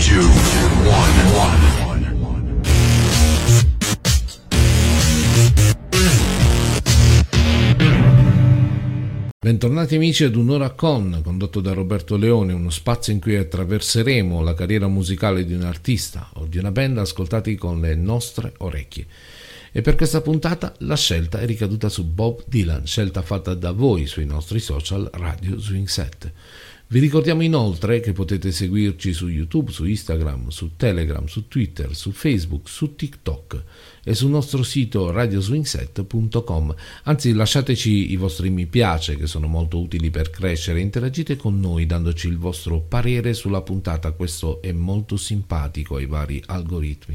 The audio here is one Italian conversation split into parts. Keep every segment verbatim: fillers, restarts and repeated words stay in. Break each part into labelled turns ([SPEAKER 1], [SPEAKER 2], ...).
[SPEAKER 1] two, one, one.
[SPEAKER 2] Bentornati amici ad Un'ora con, condotto da Roberto Leone, uno spazio in cui attraverseremo la carriera musicale di un artista o di una band ascoltati con le nostre orecchie. E per questa puntata la scelta è ricaduta su Bob Dylan, scelta fatta da voi sui nostri social Radio Swing Set. Vi ricordiamo inoltre che potete seguirci su YouTube, su Instagram, su Telegram, su Twitter, su Facebook, su TikTok e sul nostro sito radio swing set punto com. Anzi, lasciateci i vostri mi piace che sono molto utili per crescere, interagite con noi dandoci il vostro parere sulla puntata, questo è molto simpatico ai vari algoritmi.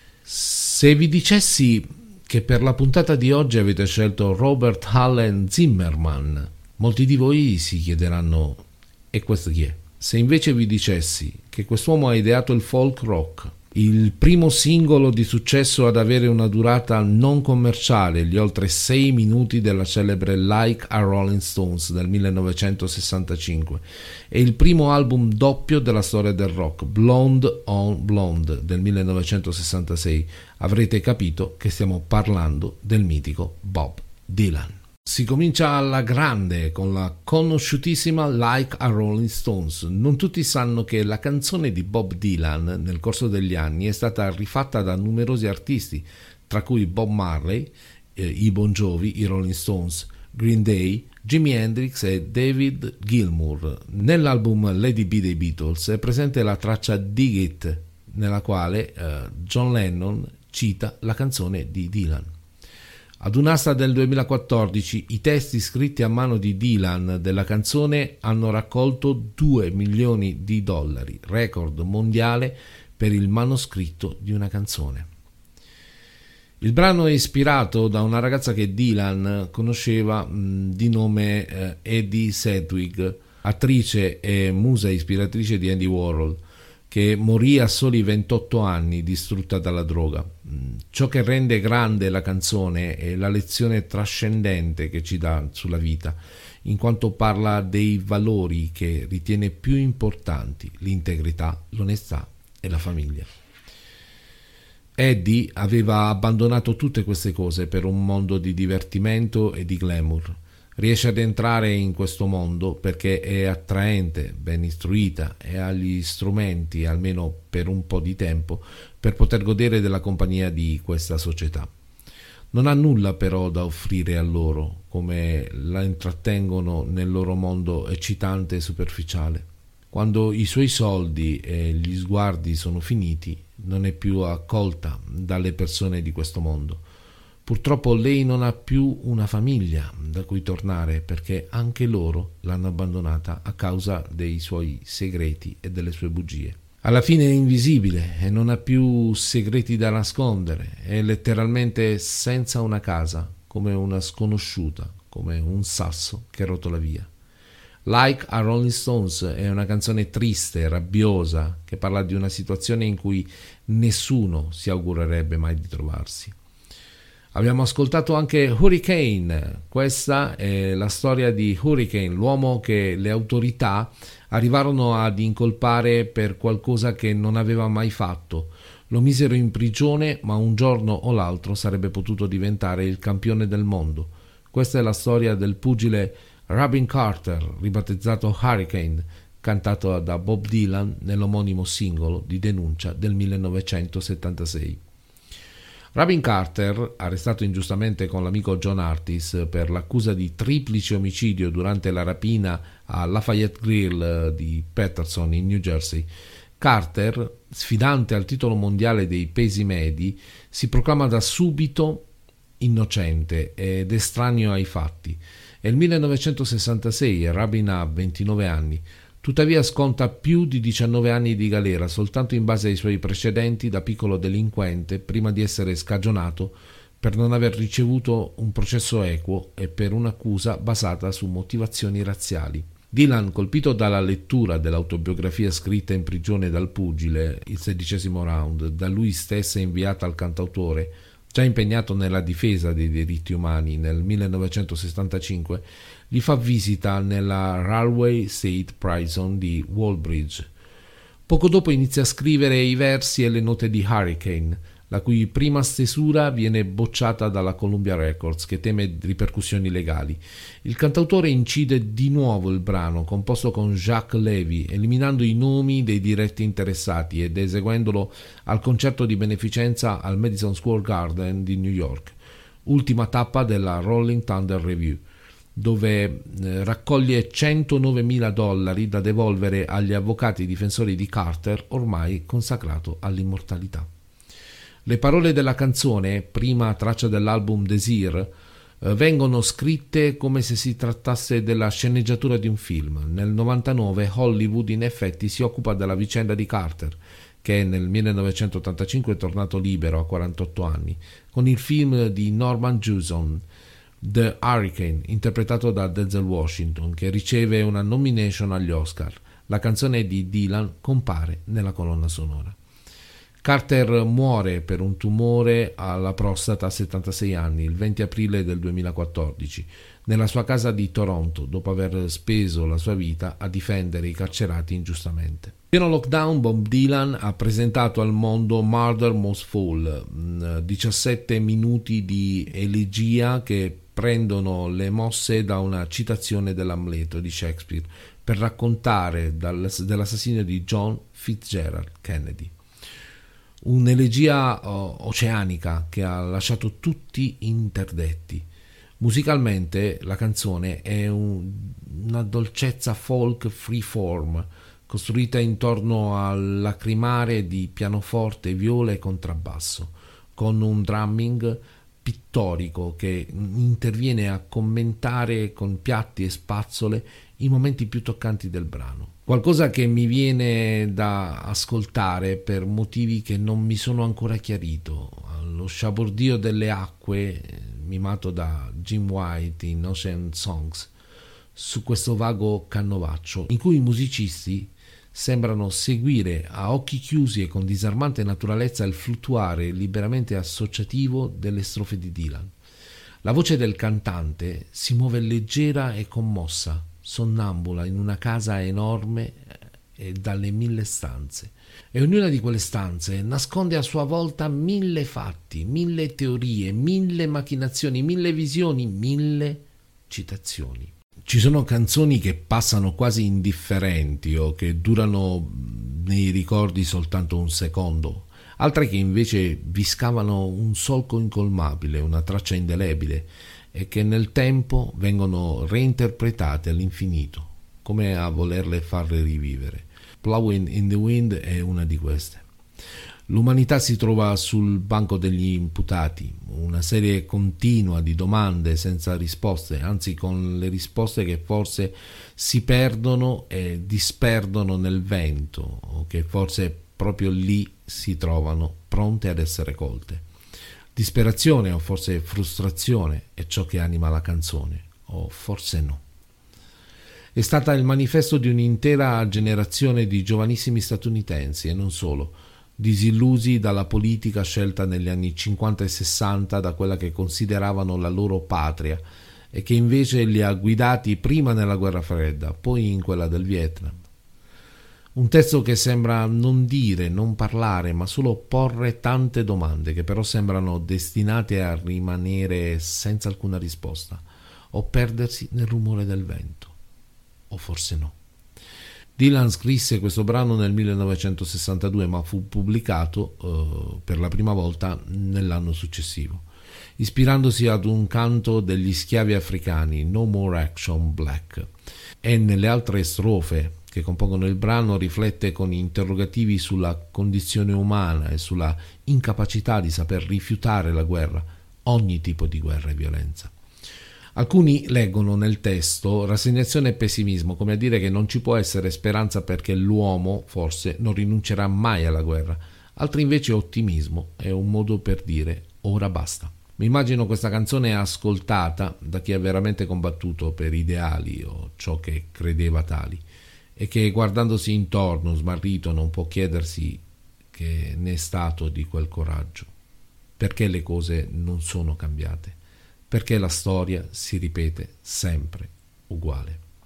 [SPEAKER 2] Se vi dicessi che per la puntata di oggi avete scelto Robert Allen Zimmerman, molti di voi si chiederanno: e questo chi è? Se invece vi dicessi che quest'uomo ha ideato il folk rock, il primo singolo di successo ad avere una durata non commerciale, gli oltre sei minuti della celebre Like a Rolling Stones del millenovecentosessantacinque, e il primo album doppio della storia del rock, Blonde on Blonde del millenovecentosessantasei, avrete capito che stiamo parlando del mitico Bob Dylan. Si comincia alla grande con la conosciutissima Like a Rolling Stones. Non tutti sanno che la canzone di Bob Dylan nel corso degli anni è stata rifatta da numerosi artisti, tra cui Bob Marley, eh, i Bon Jovi, i Rolling Stones, Green Day, Jimi Hendrix e David Gilmour. Nell'album Lady B dei Beatles è presente la traccia Dig It, nella quale eh, John Lennon cita la canzone di Dylan. Ad un'asta del duemilaquattordici i testi scritti a mano di Dylan della canzone hanno raccolto due milioni di dollari, record mondiale per il manoscritto di una canzone. Il brano è ispirato da una ragazza che Dylan conosceva mh, di nome eh, Eddie Sedgwick, attrice e musa ispiratrice di Andy Warhol, che morì a soli ventotto anni distrutta dalla droga. Ciò che rende grande la canzone è la lezione trascendente che ci dà sulla vita, in quanto parla dei valori che ritiene più importanti: l'integrità, l'onestà e la famiglia. Eddie aveva abbandonato tutte queste cose per un mondo di divertimento e di glamour. Riesce ad entrare in questo mondo perché è attraente, ben istruita e ha gli strumenti, almeno per un po' di tempo, per poter godere della compagnia di questa società. Non ha nulla però da offrire a loro, come la intrattengono nel loro mondo eccitante e superficiale. Quando i suoi soldi e gli sguardi sono finiti, non è più accolta dalle persone di questo mondo. Purtroppo lei non ha più una famiglia da cui tornare, perché anche loro l'hanno abbandonata a causa dei suoi segreti e delle sue bugie. Alla fine è invisibile e non ha più segreti da nascondere, è letteralmente senza una casa, come una sconosciuta, come un sasso che rotola via. Like a Rolling Stones è una canzone triste, rabbiosa, che parla di una situazione in cui nessuno si augurerebbe mai di trovarsi. Abbiamo ascoltato anche Hurricane. Questa è la storia di Hurricane, l'uomo che le autorità arrivarono ad incolpare per qualcosa che non aveva mai fatto. Lo misero in prigione, ma un giorno o l'altro sarebbe potuto diventare il campione del mondo. Questa è la storia del pugile Robin Carter, ribattezzato Hurricane, cantato da Bob Dylan nell'omonimo singolo di denuncia del millenovecentosettantasei. Robin Carter, arrestato ingiustamente con l'amico John Artis per l'accusa di triplice omicidio durante la rapina a Lafayette Grill di Paterson in New Jersey, Carter, sfidante al titolo mondiale dei pesi medi, si proclama da subito innocente ed estraneo ai fatti. È il millenovecentosessantasei e Rabin ha ventinove anni. Tuttavia sconta più di diciannove anni di galera soltanto in base ai suoi precedenti da piccolo delinquente, prima di essere scagionato per non aver ricevuto un processo equo e per un'accusa basata su motivazioni razziali. Dylan, colpito dalla lettura dell'autobiografia scritta in prigione dal pugile, il sedicesimo round, da lui stessa inviata al cantautore, già impegnato nella difesa dei diritti umani nel millenovecentosessantacinque, gli fa visita nella Railway State Prison di Woolbridge. Poco dopo inizia a scrivere i versi e le note di Hurricane, la cui prima stesura viene bocciata dalla Columbia Records, che teme ripercussioni legali. Il cantautore incide di nuovo il brano, composto con Jacques Levy, eliminando i nomi dei diretti interessati ed eseguendolo al concerto di beneficenza al Madison Square Garden di New York, ultima tappa della Rolling Thunder Revue, dove eh, raccoglie centonovemila dollari da devolvere agli avvocati difensori di Carter, ormai consacrato all'immortalità. Le parole della canzone, prima traccia dell'album Desire, eh, vengono scritte come se si trattasse della sceneggiatura di un film. Nel novantanove Hollywood in effetti si occupa della vicenda di Carter, che nel millenovecentottantacinque è tornato libero a quarantotto anni, con il film di Norman Jewison, The Hurricane, interpretato da Denzel Washington, che riceve una nomination agli Oscar. La canzone di Dylan compare nella colonna sonora. Carter muore per un tumore alla prostata a settantasei anni il venti aprile del duemilaquattordici nella sua casa di Toronto, dopo aver speso la sua vita a difendere i carcerati ingiustamente. In pieno lockdown, Bob Dylan ha presentato al mondo Murder Most Foul, diciassette minuti di elegia che prendono le mosse da una citazione dell'Amleto di Shakespeare per raccontare dell'assassinio di John Fitzgerald Kennedy. Un'elegia uh, oceanica che ha lasciato tutti interdetti. Musicalmente la canzone è un, una dolcezza folk freeform, costruita intorno al lacrimare di pianoforte, viola e contrabbasso, con un drumming pittorico che interviene a commentare con piatti e spazzole i momenti più toccanti del brano. Qualcosa che mi viene da ascoltare per motivi che non mi sono ancora chiarito. Lo sciabordio delle acque, mimato da Jim White in Ocean Songs, su questo vago canovaccio, in cui i musicisti sembrano seguire a occhi chiusi e con disarmante naturalezza il fluttuare liberamente associativo delle strofe di Dylan. La voce del cantante si muove leggera e commossa, sonnambula in una casa enorme e dalle mille stanze, e ognuna di quelle stanze nasconde a sua volta mille fatti, mille teorie, mille macchinazioni, mille visioni, mille citazioni. Ci sono canzoni che passano quasi indifferenti o che durano nei ricordi soltanto un secondo, altre che invece vi scavano un solco incolmabile, una traccia indelebile, e che nel tempo vengono reinterpretate all'infinito, come a volerle farle rivivere. Plowing in the Wind è una di queste. L'umanità si trova sul banco degli imputati, una serie continua di domande senza risposte, anzi con le risposte che forse si perdono e disperdono nel vento, o che forse proprio lì si trovano pronte ad essere colte. Disperazione o forse frustrazione è ciò che anima la canzone, o forse no. È stata il manifesto di un'intera generazione di giovanissimi statunitensi, e non solo, disillusi dalla politica scelta negli anni cinquanta e sessanta da quella che consideravano la loro patria e che invece li ha guidati prima nella guerra fredda, poi in quella del Vietnam. Un testo che sembra non dire, non parlare, ma solo porre tante domande che però sembrano destinate a rimanere senza alcuna risposta o perdersi nel rumore del vento. O forse no. Dylan scrisse questo brano nel millenovecentosessantadue, ma fu pubblicato eh, per la prima volta nell'anno successivo, ispirandosi ad un canto degli schiavi africani, No More Action Black, e nelle altre strofe che compongono il brano riflette con interrogativi sulla condizione umana e sulla incapacità di saper rifiutare la guerra, ogni tipo di guerra e violenza. Alcuni leggono nel testo rassegnazione e pessimismo, come a dire che non ci può essere speranza perché l'uomo forse non rinuncerà mai alla guerra. Altri invece ottimismo, è un modo per dire ora basta. Mi immagino questa canzone ascoltata da chi ha veramente combattuto per ideali o ciò che credeva tali, e che guardandosi intorno smarrito non può chiedersi che ne è stato di quel coraggio, perché le cose non sono cambiate, perché la storia si ripete sempre uguale.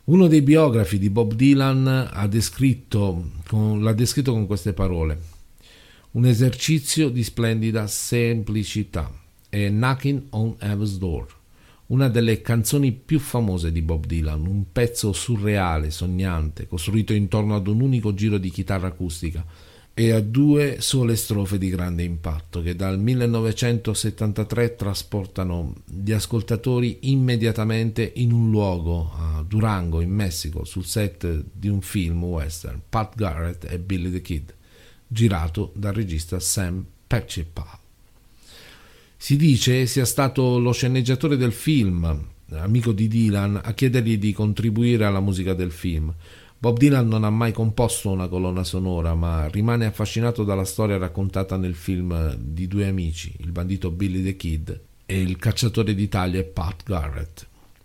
[SPEAKER 2] Uno dei biografi di Bob Dylan ha descritto, con, l'ha descritto con queste parole: un esercizio di splendida semplicità, è Knocking on Heaven's Door, una delle canzoni più famose di Bob Dylan, un pezzo surreale, sognante, costruito intorno ad un unico giro di chitarra acustica e a due sole strofe di grande impatto che dal millenovecentosettantatré trasportano gli ascoltatori immediatamente in un luogo, a Durango in Messico, sul set di un film western, Pat Garrett e Billy the Kid, girato dal regista Sam Peckinpah. Si dice sia stato lo sceneggiatore del film, amico di Dylan, a chiedergli di contribuire alla musica del film. Bob Dylan non ha mai composto una colonna sonora, ma rimane affascinato dalla storia raccontata nel film di due amici, il bandito Billy the Kid e il cacciatore di taglie Pat Garrett,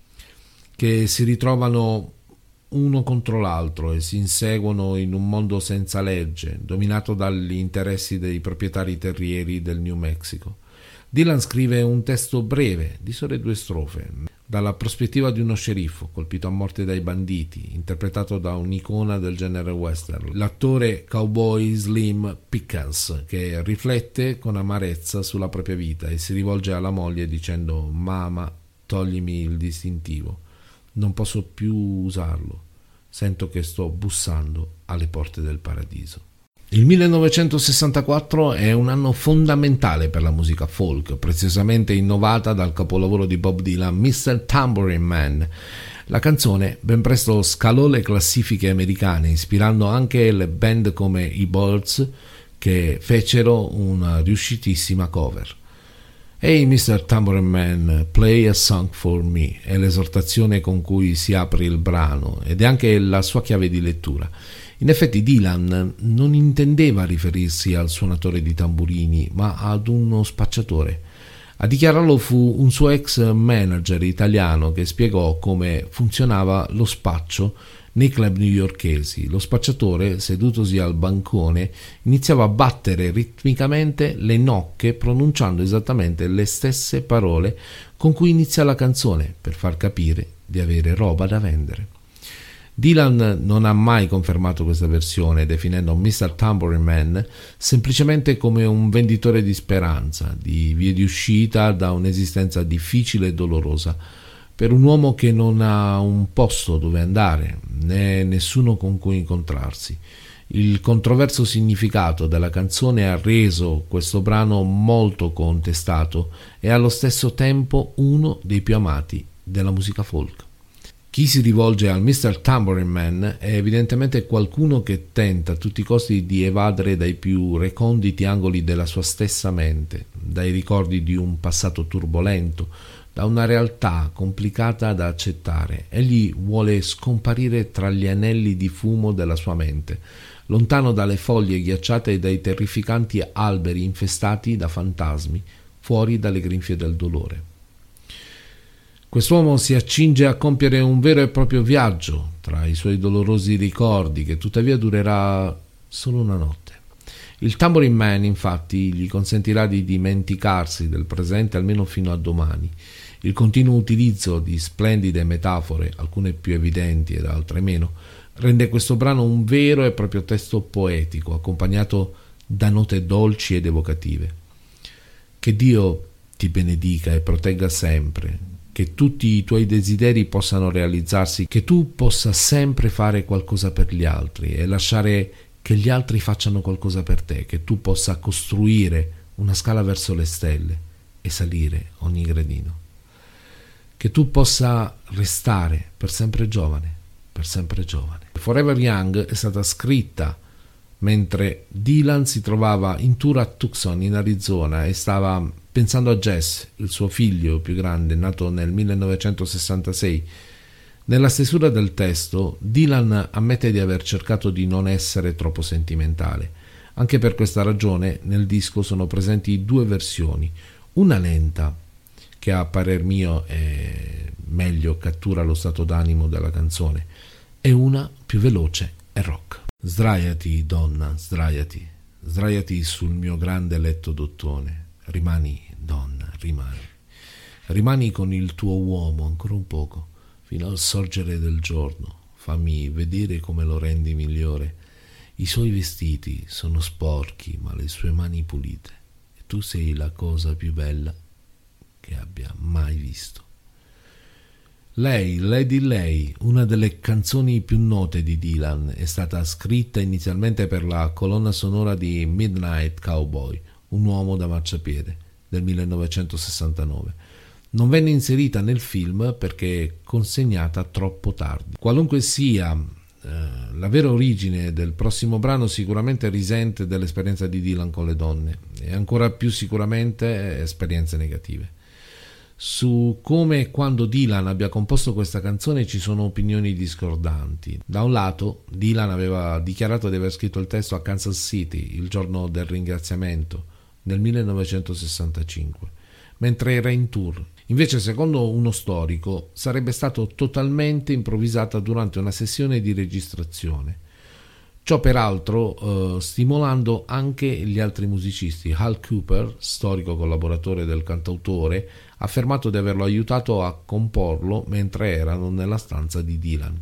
[SPEAKER 2] che si ritrovano uno contro l'altro e si inseguono in un mondo senza legge, dominato dagli interessi dei proprietari terrieri del New Mexico. Dylan scrive un testo breve, di sole due strofe, dalla prospettiva di uno sceriffo colpito a morte dai banditi, interpretato da un'icona del genere western, l'attore cowboy Slim Pickens, che riflette con amarezza sulla propria vita e si rivolge alla moglie dicendo: «Mamma, toglimi il distintivo, non posso più usarlo, sento che sto bussando alle porte del paradiso». Il millenovecentosessantaquattro è un anno fondamentale per la musica folk, precisamente innovata dal capolavoro di Bob Dylan, mister Tambourine Man. La canzone ben presto scalò le classifiche americane, ispirando anche le band come i Birds, che fecero una riuscitissima cover. Hey mister Tambourine Man, play a song for me è l'esortazione con cui si apre il brano ed è anche la sua chiave di lettura. In effetti Dylan non intendeva riferirsi al suonatore di tamburini, ma ad uno spacciatore. A dichiararlo fu un suo ex manager italiano che spiegò come funzionava lo spaccio nei club newyorkesi. Lo spacciatore, sedutosi al bancone, iniziava a battere ritmicamente le nocche pronunciando esattamente le stesse parole con cui inizia la canzone per far capire di avere roba da vendere. Dylan non ha mai confermato questa versione, definendo mister Tambourine Man semplicemente come un venditore di speranza, di vie di uscita da un'esistenza difficile e dolorosa, per un uomo che non ha un posto dove andare, né nessuno con cui incontrarsi. Il controverso significato della canzone ha reso questo brano molto contestato e allo stesso tempo uno dei più amati della musica folk. Chi si rivolge al mister Tambourine Man è evidentemente qualcuno che tenta a tutti i costi di evadere dai più reconditi angoli della sua stessa mente, dai ricordi di un passato turbolento, da una realtà complicata da accettare. Egli vuole scomparire tra gli anelli di fumo della sua mente, lontano dalle foglie ghiacciate e dai terrificanti alberi infestati da fantasmi, fuori dalle grinfie del dolore. Quest'uomo si accinge a compiere un vero e proprio viaggio tra i suoi dolorosi ricordi, che tuttavia durerà solo una notte. Il Tambourine Man, infatti, gli consentirà di dimenticarsi del presente almeno fino a domani. Il continuo utilizzo di splendide metafore, alcune più evidenti ed altre meno, rende questo brano un vero e proprio testo poetico, accompagnato da note dolci ed evocative. Che Dio ti benedica e protegga sempre, che tutti i tuoi desideri possano realizzarsi, che tu possa sempre fare qualcosa per gli altri e lasciare che gli altri facciano qualcosa per te, che tu possa costruire una scala verso le stelle e salire ogni gradino, che tu possa restare per sempre giovane, per sempre giovane. Forever Young è stata scritta mentre Dylan si trovava in tour a Tucson in Arizona e stava pensando a Jess, il suo figlio più grande, nato nel millenovecentosessantasei. Nella stesura del testo, Dylan ammette di aver cercato di non essere troppo sentimentale. Anche per questa ragione nel disco sono presenti due versioni, una lenta, che a parer mio è meglio cattura lo stato d'animo della canzone, e una più veloce e rock. Sdraiati, donna, sdraiati, sdraiati sul mio grande letto d'ottone. Rimani, donna, rimani. Rimani con il tuo uomo ancora un poco, fino al sorgere del giorno. Fammi vedere come lo rendi migliore. I suoi vestiti sono sporchi, ma le sue mani pulite. E tu sei la cosa più bella che abbia mai visto. Lei, Lady Lei, una delle canzoni più note di Dylan, è stata scritta inizialmente per la colonna sonora di Midnight Cowboy, un uomo da marciapiede, del millenovecentosessantanove. Non venne inserita nel film perché consegnata troppo tardi. Qualunque sia eh, la vera origine del prossimo brano, sicuramente risente dell'esperienza di Dylan con le donne e ancora più sicuramente esperienze negative. Su come e quando Dylan abbia composto questa canzone ci sono opinioni discordanti. Da un lato, Dylan aveva dichiarato di aver scritto il testo a Kansas City il giorno del ringraziamento nel millenovecentosessantacinque, mentre era in tour. Invece, secondo uno storico, sarebbe stato totalmente improvvisata durante una sessione di registrazione. Ciò peraltro eh, stimolando anche gli altri musicisti. Hal Cooper, storico collaboratore del cantautore, ha affermato di averlo aiutato a comporlo mentre erano nella stanza di Dylan.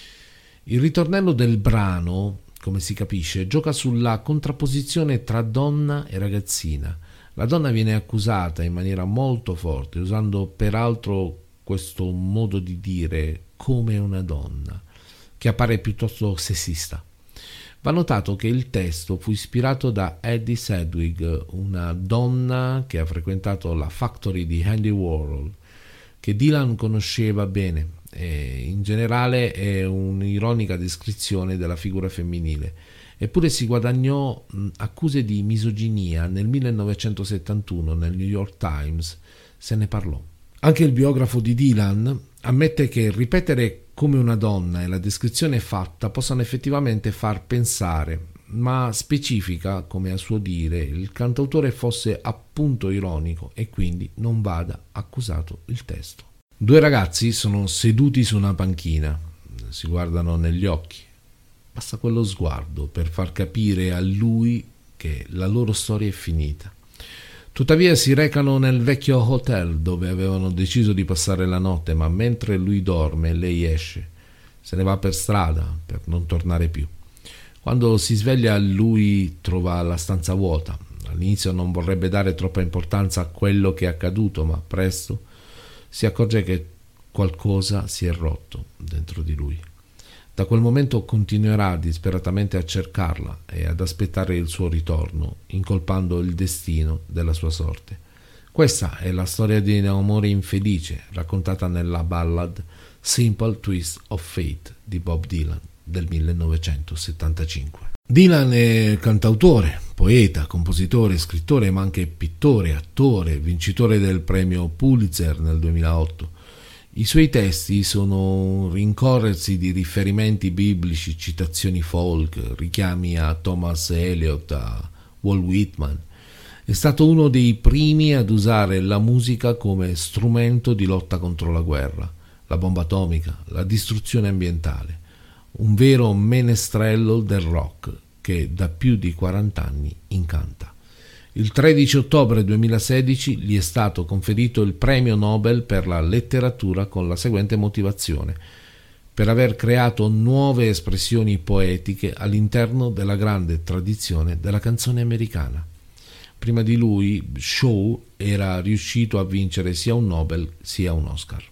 [SPEAKER 2] Il ritornello del brano, come si capisce, gioca sulla contrapposizione tra donna e ragazzina. La donna viene accusata in maniera molto forte, usando peraltro questo modo di dire come una donna, che appare piuttosto sessista. Va notato che il testo fu ispirato da Eddie Sedgwick, una donna che ha frequentato la Factory di Andy Warhol, che Dylan conosceva bene, e in generale è un'ironica descrizione della figura femminile. Eppure si guadagnò accuse di misoginia. Nel millenovecentosettantuno nel New York Times se ne parlò. Anche il biografo di Dylan ammette che ripetere come una donna e la descrizione fatta possano effettivamente far pensare, ma specifica, come a suo dire, il cantautore fosse appunto ironico e quindi non vada accusato il testo. Due ragazzi sono seduti su una panchina, si guardano negli occhi. Basta quello sguardo per far capire a lui che la loro storia è finita. Tuttavia si recano nel vecchio hotel dove avevano deciso di passare la notte, ma mentre lui dorme lei esce, se ne va per strada per non tornare più. Quando si sveglia lui trova la stanza vuota. All'inizio non vorrebbe dare troppa importanza a quello che è accaduto, ma presto si accorge che qualcosa si è rotto dentro di lui. Da quel momento continuerà disperatamente a cercarla e ad aspettare il suo ritorno, incolpando il destino della sua sorte. Questa è la storia di un amore infelice, raccontata nella ballad Simple Twist of Fate di Bob Dylan del millenovecentosettantacinque. Dylan è cantautore, poeta, compositore, scrittore, ma anche pittore, attore, vincitore del premio Pulitzer nel duemilaotto. I suoi testi sono un rincorrersi di riferimenti biblici, citazioni folk, richiami a Thomas Eliot, a Walt Whitman. È stato uno dei primi ad usare la musica come strumento di lotta contro la guerra, la bomba atomica, la distruzione ambientale. Un vero menestrello del rock che da più di quaranta anni incanta. Il tredici ottobre duemilasedici gli è stato conferito il premio Nobel per la letteratura con la seguente motivazione: per aver creato nuove espressioni poetiche all'interno della grande tradizione della canzone americana. Prima di lui, Shaw era riuscito a vincere sia un Nobel sia un Oscar.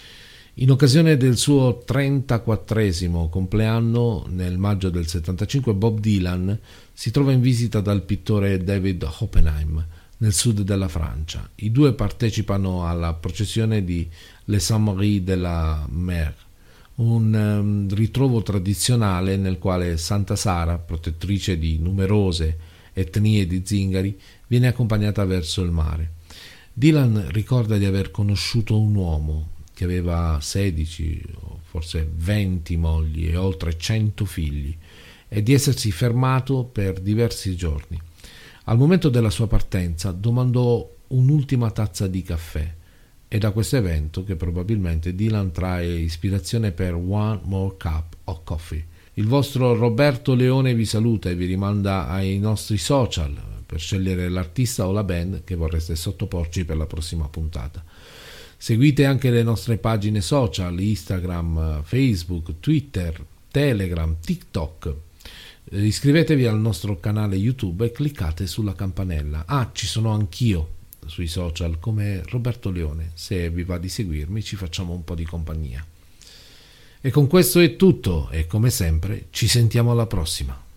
[SPEAKER 2] In occasione del suo trentaquattresimo compleanno, nel maggio del settantacinque, Bob Dylan si trova in visita dal pittore David Oppenheim nel sud della Francia. I due partecipano alla processione di Les Saints-Marie de la Mer, un um, ritrovo tradizionale nel quale Santa Sara, protettrice di numerose etnie di zingari, viene accompagnata verso il mare. Dylan ricorda di aver conosciuto un uomo che aveva sedici o forse venti mogli e oltre cento figli e di essersi fermato per diversi giorni. Al momento della sua partenza domandò un'ultima tazza di caffè. È da questo evento che probabilmente Dylan trae ispirazione per One More Cup of Coffee. Il vostro Roberto Leone vi saluta e vi rimanda ai nostri social per scegliere l'artista o la band che vorreste sottoporci per la prossima puntata. Seguite anche le nostre pagine social, Instagram, Facebook, Twitter, Telegram, TikTok. Iscrivetevi al nostro canale YouTube e cliccate sulla campanella. Ah, ci sono anch'io sui social come Roberto Leone. Se vi va di seguirmi, ci facciamo un po' di compagnia. E con questo è tutto e come sempre ci sentiamo alla prossima.